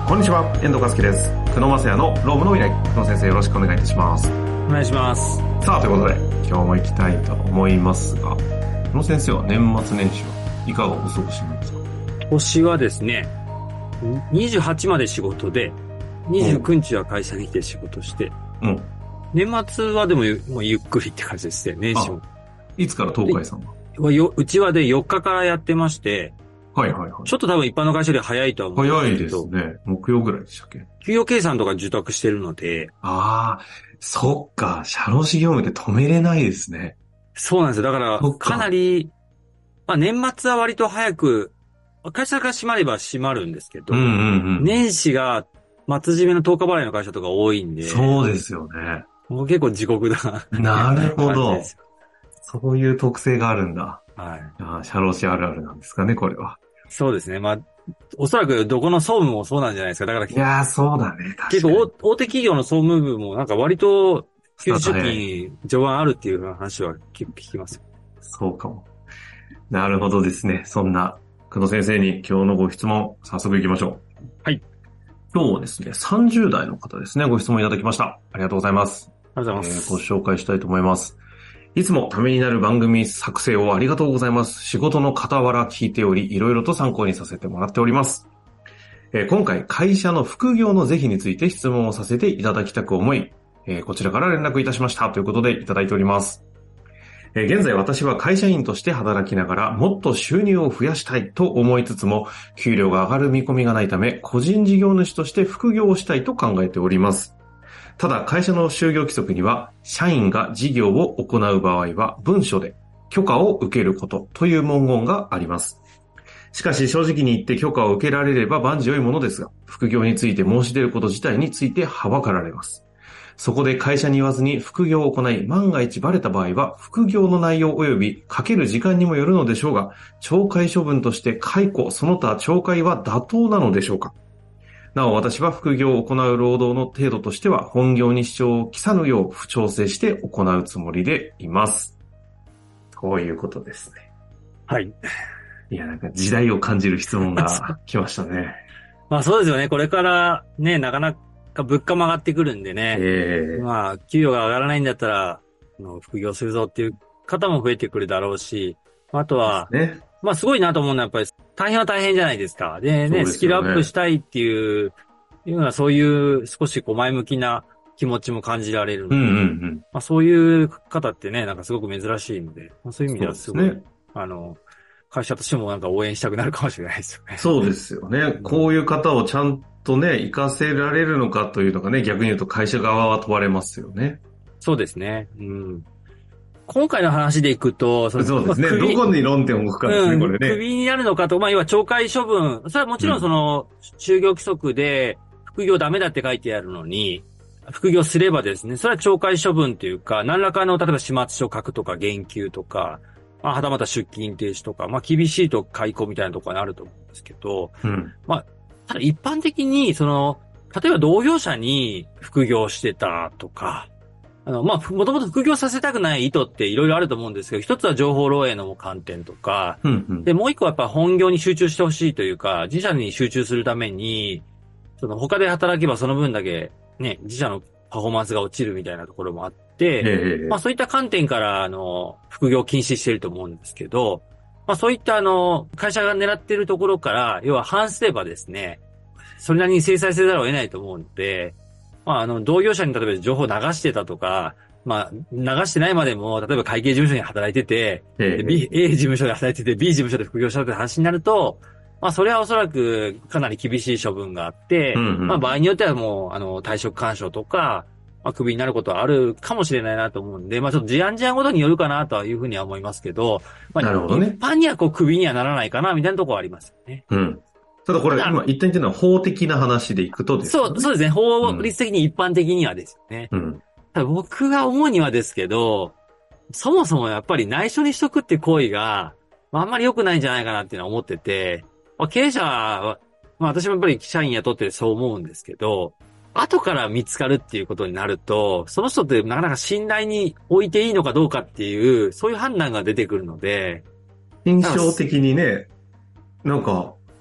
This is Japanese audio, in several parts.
こんにちは、遠藤和樹です。久野正也のロームの未来。久野先生、よろしくお願いいたします。 お願いします。 さあ、ということで、今日も行きたいと思いますが、久野先生は年末年始はいかがお過ごしなんですか？ 今年はですね、28まで仕事で、29日は会社に来て仕事して、年末はでももうゆっくりって感じですね、年始も。 いつから東海さんは？ うちはで4日からやってまして、 はいはいはい。 ちょっと多分一般の会社より早いとは思うんですけど。 早いですね。木曜ぐらいでしたっけ？ 給与計算とか受託してるので。 ああ、そっか。社労士業務って止めれないですね。 そうなんですよ。だから、かなり、年末は割と早く、会社が閉まれば閉まるんですけど、年始が末締めの10日払いの会社とか多いんで。 そうですよね。 もう結構地獄だなるほど。そういう特性があるんだ。 はい。 社労士あるあるなんですかね、これは。 そうですね。おそらくどこの総務もそうなんじゃないですか。だから、 いやー、そうだね。 結構大手企業の総務部もなんか割と休日出勤序盤あるっていう話は聞きます。 そうかも。なるほどですね。そんな久野先生に今日のご質問、早速行きましょう。 はい。 今日はですね、30代の方ですね、ご質問いただきました。ありがとうございます。 ありがとうございます。 ご紹介したいと思います。いつもためになる番組作成をありがとうございます。仕事の傍ら聞いており、いろいろと参考にさせてもらっております。今回、会社の副業の是非について質問をさせていただきたく思い、こちらから連絡いたしましたということでいただいております。現在私は会社員として働きながらもっと収入を増やしたいと思いつつも、給料が上がる見込みがないため、個人事業主として副業をしたいと考えております。ただ会社の就業規則には、社員が事業を行う場合は文書で許可を受けることという文言があります。しかし正直に言って許可を受けられれば万事良いものですが、副業について申し出ること自体についてはばかられます。そこで会社に言わずに副業を行い、万が一バレた場合は、副業の内容及びかける時間にもよるのでしょうが、懲戒処分として解雇、その他懲戒は妥当なのでしょうか？なお私は副業を行う労働の程度としては、本業に支障をきさぬよう不調整して行うつもりでいます。こういうことですね。 はい。 いや、なんか時代を感じる質問が来ましたね。 そうですよね。これからね、なかなか物価も上がってくるんでね。給与が上がらないんだったら、副業するぞっていう方も増えてくるだろうし、あとは、すごいなと思うのはやっぱり大変は大変じゃないですか。でね、スキルアップしたいっていうようなそういう少し前向きな気持ちも感じられるので、そういう方ってね、なんかすごく珍しいので、そういう意味ではすごい、会社としてもなんか応援したくなるかもしれないですよね。 そうですよね。こういう方をちゃんとね、活かせられるのかというのがね、逆に言うと会社側は問われますよね。 そうですね。今回の話でいくと、 そうですね。どこに論点を置くかですね、これね。 クビになるのかと、要は懲戒処分。それはもちろん就業規則で副業ダメだって書いてあるのに、副業すればですね、それは懲戒処分というか、何らかの、例えば始末書書くとか、減給とか、はたまた出勤停止とか、厳しいと解雇みたいなところになると思うんですけど、ただ一般的に、例えば同業者に副業してたとか、もともと副業させたくない意図っていろいろあると思うんですけど、一つは情報漏洩の観点とか、で、もう一個はやっぱ本業に集中してほしいというか、自社に集中するために、他で働けばその分だけね、自社のパフォーマンスが落ちるみたいなところもあって、そういった観点から、副業を禁止していると思うんですけど、そういった会社が狙っているところから、要は反すればですね、それなりに制裁せざるを得ないと思うので、同業者に例えば情報を流してたとか、流してないまでも、例えば会計事務所に働いてて、A 事務所で働いてて、B 事務所で副業したって話になると、それはおそらくかなり厳しい処分があって、場合によってはもう、退職勧奨とか、クビになることはあるかもしれないなと思うんで、ちょっと事案ごとによるかなというふうには思いますけど、 なるほどね。 一般にはクビにはならないかな、みたいなところはありますよね。 ただこれ、今言ったっていうのは法的な話でいくとですね。 そうですね。法律的に一般的にはですね。ただ僕が思うにはですけど、そもそもやっぱり内緒にしとくって行為が、あんまり良くないんじゃないかなっていうのは思ってて、経営者は、私もやっぱり社員雇ってそう思うんですけど、後から見つかるっていうことになると、その人ってなかなか信頼に置いていいのかどうかっていう、そういう判断が出てくるので。 印象的にね、なんか、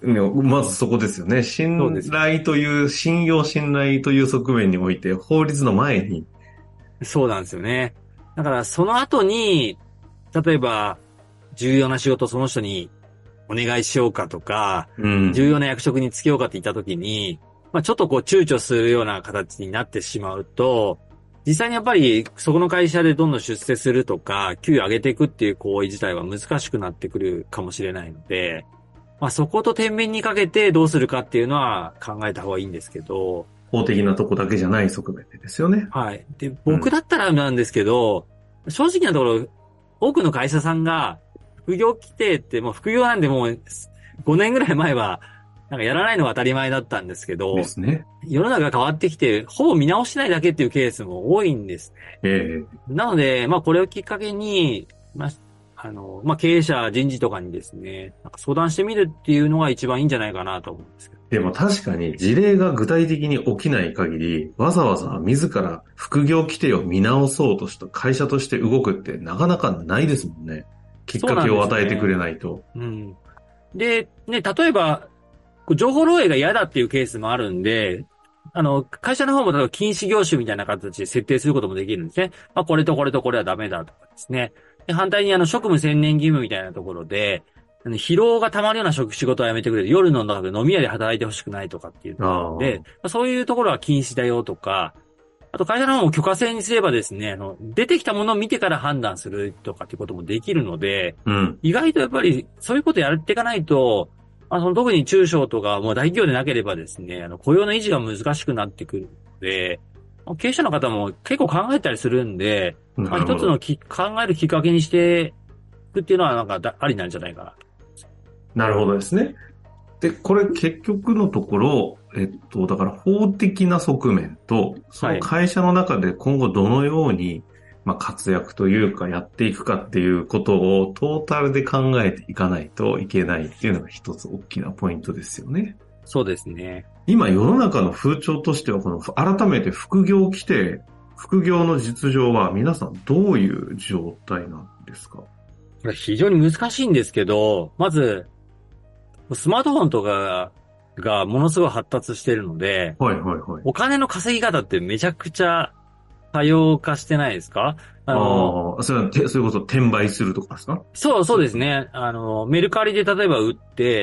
ね、まずそこですよね。 そうです。 信用信頼という側面において、法律の前に。 そうなんですよね。だからその後に、例えば、重要な仕事をその人にお願いしようかとか、 うん。 重要な役職に就けようかって言った時に、まあちょっとこう躊躇するような形になってしまうと、実際にやっぱりそこの会社でどんどん出世するとか、給与上げていくっていう行為自体は難しくなってくるかもしれないので、まあそこと天秤にかけてどうするかっていうのは考えた方がいいんですけど、 法的なとこだけじゃない側面でですよね。 はい。で、 うん。 僕だったらなんですけど、正直なところ、多くの会社さんが、副業規定って、もう副業なんでもう5年ぐらい前は、なんかやらないのが当たり前だったんですけど、 ですね。 世の中が変わってきて、ほぼ見直しないだけっていうケースも多いんですね。 ええ。 なので、まあこれをきっかけに、まあ、まあ経営者、人事とかにですね、なんか相談してみるっていうのが一番いいんじゃないかなと思うんですけど。 でも確かに事例が具体的に起きない限り、わざわざ自ら副業規定を見直そうとした会社として動くってなかなかないですもんね。きっかけそうなんでを与えてくすよね。 れないと。 うん。で、ね、例えば、情報漏洩が嫌だっていうケースもあるんで、会社の方も例えば禁止業種みたいな形で設定することもできるんですね。まあ、これとこれとこれはダメだとかですね。で、反対に職務専念義務みたいなところで、疲労が溜まるような仕事はやめてくれる。夜の中で飲み屋で働いてほしくないとかっていうところで、 ああ。 まあそういうところは禁止だよとか、あと会社の方も許可制にすればですね、出てきたものを見てから判断するとかっていうこともできるので、 うん。 意外とやっぱりそういうことやっていかないと、特に中小とかもう大企業でなければですね、雇用の維持が難しくなってくるので、経営者の方も結構考えたりするんで、まあ、 なるほど。 一つの考えるきっかけにしていくっていうのはなんかありなんじゃないかな。 なるほどですね。で、これ結局のところ、だから法的な側面と、そのはい。 会社の中で今後どのように、まあ、活躍というかやっていくかっていうことをトータルで考えていかないといけないっていうのが一つ大きなポイントですよね。 そうですね。 今世の中の風潮としては、この改めて副業規定、副業の実情は皆さんどういう状態なんですか？ これ非常に難しいんですけど、まず、スマートフォンとかがものすごい発達しているので、 はいはいはい。 お金の稼ぎ方ってめちゃくちゃ多様化してないですか？ ああ、それこそ転売するとかですか？ そうですね。メルカリで例えば売って、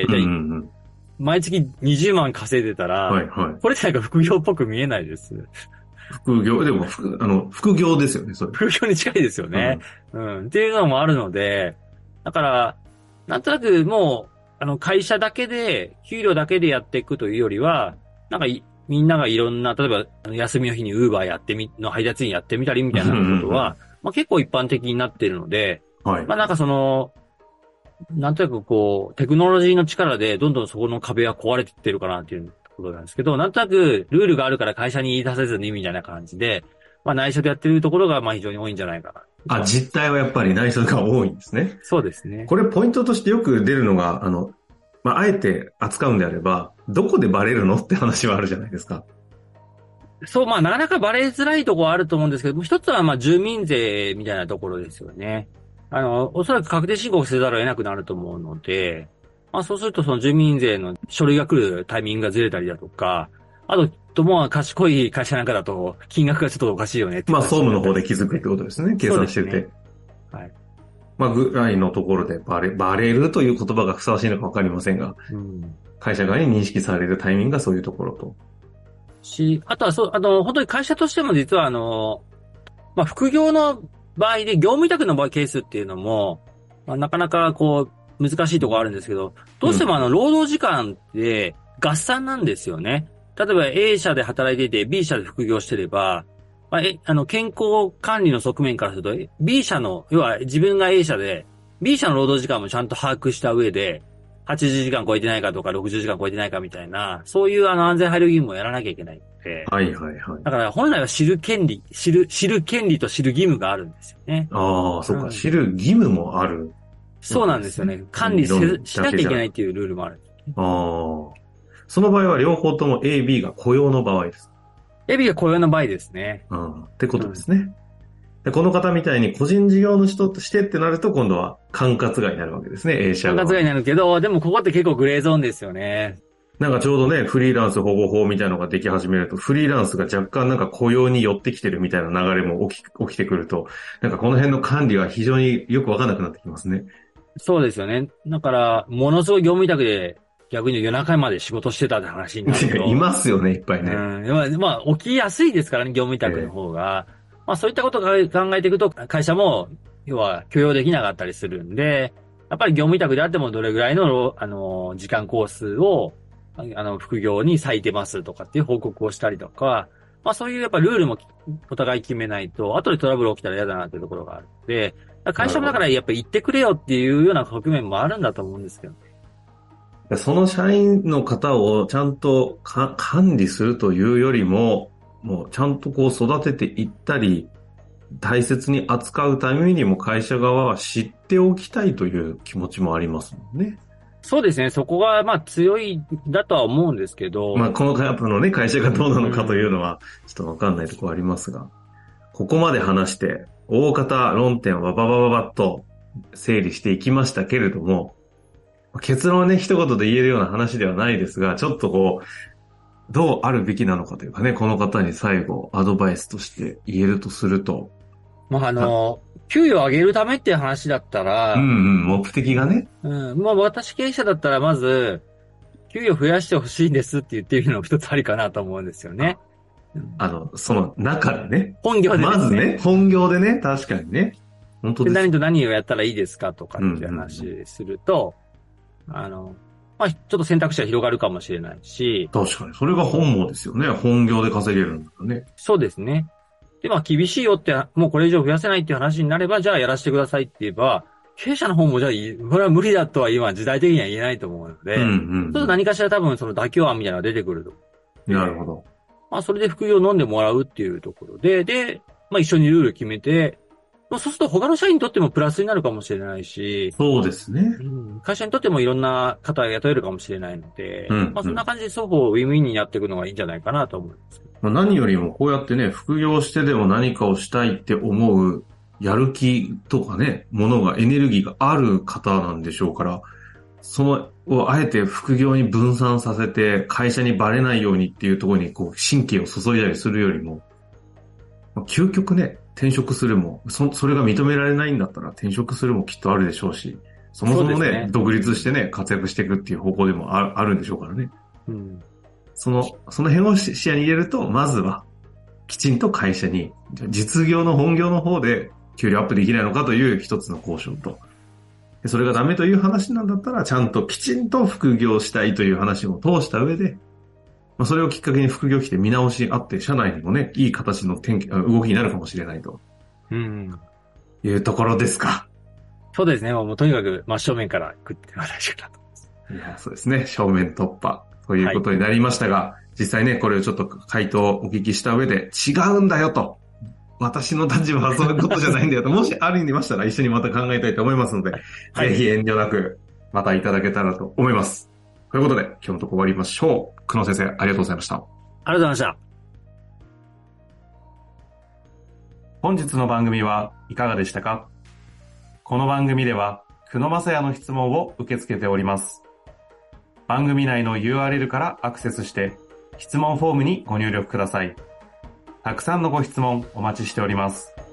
うんうじゃあ、 んうん。 毎月20万稼いでたら、 はいはい。 これってなんか副業っぽく見えないです。 副業、でも、副業ですよね、それ。 副業に近いですよね。 うん。 うん。っていうのもあるので、だから、なんとなくもう、会社だけで、給料だけでやっていくというよりは、なんかみんながいろんな、例えば、休みの日にウーバーの配達員やってみたりみうんうたいなことんうん。 は、まあ結構一般的になっているので、 はい。 まあなんかなんとなくこう、テクノロジーの力でどんどんそこの壁は壊れていってるかなっていうところなんですけど、なんとなくルールがあるから会社に言い出せずにみたいな感じで、まあ内緒でやってるところがまあ非常に多いんじゃないかなとあ、 は思います。 実態はやっぱり内緒が多いんですね。 そうですね。 これポイントとしてよく出るのが、まあ、あえて扱うんであれば、どこでバレるのって話はあるじゃないですか。 そう、まあなかなかバレづらいところはあると思うんですけど、一つはまあ住民税みたいなところですよね。おそらく確定申告せざるを得なくなると思うので、まあそうするとその住民税の書類が来るタイミングがずれたりだとか、あともう賢い会社なんかだと金額がちょっとおかしいよねってまあ、総形になった務の方でりするので。 気づくってことですね。計そうですね。 算してて。 はい。 まあ、ぐらいのところでバレるという言葉がふさわしいのかわかりませんが、 うん。 会社側に認識されるタイミングがそういうところと。 あとは本当に会社としても実はまあ副業の場合で業務委託の場合ケースっていうのも、まあ、なかなかこう難しいところあるんですけど、どうしてもうん。 労働時間って合算なんですよね。例えば A 社で働いていて B 社で副業してれば、まあ、健康管理の側面からすると B 社の、要は自分が A 社で B 社の労働時間もちゃんと把握した上で、80時間超えてないかとか60時間超えてないかみたいな、そういう安全配慮義務をやらなきゃいけないので、 はいはいはい。 だから本来は知る権利と知る義務があるんですよね。 ああ、そうか。 うん。 知る義務もあるわそうけですね。 なんですよね。管理しなきゃいけだけじゃなく。 ないっていうルールもある。 ああ。その場合は両方とも A、B が雇用の場合です。 エビが雇用の場合ですね。 うん。ってこうん。 とですね。 で、この方みたいに個人事業主としてってなると、今度は管轄外になるわけですね、A 社側。 管轄外になるけど、でもここって結構グレーゾーンですよね。 なんかちょうどね、フリーランス保護法みたいなのができ始めると、フリーランスが若干なんか雇用に寄ってきてるみたいな流れも起きてくると、なんかこの辺の管理は非常によくわかんなくなってきますね。 そうですよね。だから、ものすごい業務委託で逆に夜中まで仕事してたって話になると。 いますよね、いっぱいね。 まあ、起きやすいですからね、業務委託の方が。まあ、そういったことを考えていくと、会社も、要は許容できなかったりするんで、やっぱり業務委託であってもどれぐらいの、時間工数を、副業に割いてますとかっていう報告をしたりとか、まあそういうやっぱルールもお互い決めないと、後でトラブル起きたら嫌だなっていうところがあるので、会社もだからやっぱり言ってくれよっていうような側面もあるんだと思うんですけどね。 その社員の方をちゃんと管理するというよりも、もうちゃんとこう育てていったり、大切に扱うためにも会社側は知っておきたいという気持ちもありますもんね。 そうですね。そこがまあ強いだとは思うんですけど。 まあこの方のね、会社がどうなのかというのはちょっとわかんないところありますが、ここまで話して大方論点はババババッと整理していきましたけれども、結論はね、一言で言えるような話ではないですが、ちょっとこう、どうあるべきなのかというかね、この方に最後アドバイスとして言えるとすると。 まあ給与を上げるためっていう話だったら、 目的がね。 まあ私経営者だったらまず、給与増やしてほしいんですって言ってみるのも一つありかなと思うんですよね。 その中でね。 本業でね。 まずね、本業でね、確かにね。本当です。 何と何をやったらいいですかとかって話すると、まあちょっと選択肢が広がるかもしれないし。 確かに。それが本望ですよね。本業で稼げるんだからね。 そうですね。で、まあ厳しいよって、もうこれ以上増やせないっていう話になれば、じゃあやらせてくださいって言えば、経営者の方もじゃあ、これは無理だとは今時代的には言えないと思うので、ちょっと何かしら多分その妥協案みたいなのが出てくると。 なるほど。 まあそれで副業を飲んでもらうっていうところで、まあ一緒にルール決めて、まあそうすると他の社員にとってもプラスになるかもしれないし、 そうですね。 会社にとってもいろんな方が雇えるかもしれないので、まあそんな感じで双方ウィンウィンにやっていくのがいいんじゃないかなと思います。 何よりもこうやってね、副業してでも何かをしたいって思うやる気とかね、ものがエネルギーがある方なんでしょうから、そのをあえて副業に分散させて会社にバレないようにっていうところにこう神経を注いだりするよりも、究極ね、転職するも、それが認められないんだったら転職するもきっとあるでしょうし、そもそもね、独立してね、活躍していくっていう方向でもあるんでしょうからね。その辺を視野に入れると、まずは、きちんと会社に、実業の本業の方で給料アップできないのかという一つの交渉と、それがダメという話なんだったら、ちゃんときちんと副業したいという話も通した上で、それをきっかけに副業来て見直しあって、社内にもね、いい形の動きになるかもしれないと。いうところですか。 そうですね。もうとにかく真正面から行くっていうのが大事かなと思います。 いや、そうですね。正面突破ということになりましたが、実際ね、これをちょっと回答をお聞きした上で、違うんだよと。私の立場はそういうことじゃないんだよと。もしありましたら一緒にまた考えたいと思いますので、ぜひ遠慮なくまたいただけたらと思います。ということで、今日のところ終わりましょう。久野先生、ありがとうございました。 ありがとうございました。 本日の番組はいかがでしたか？この番組では、久野正也の質問を受け付けております。番組内の URL からアクセスして、質問フォームにご入力ください。たくさんのご質問お待ちしております。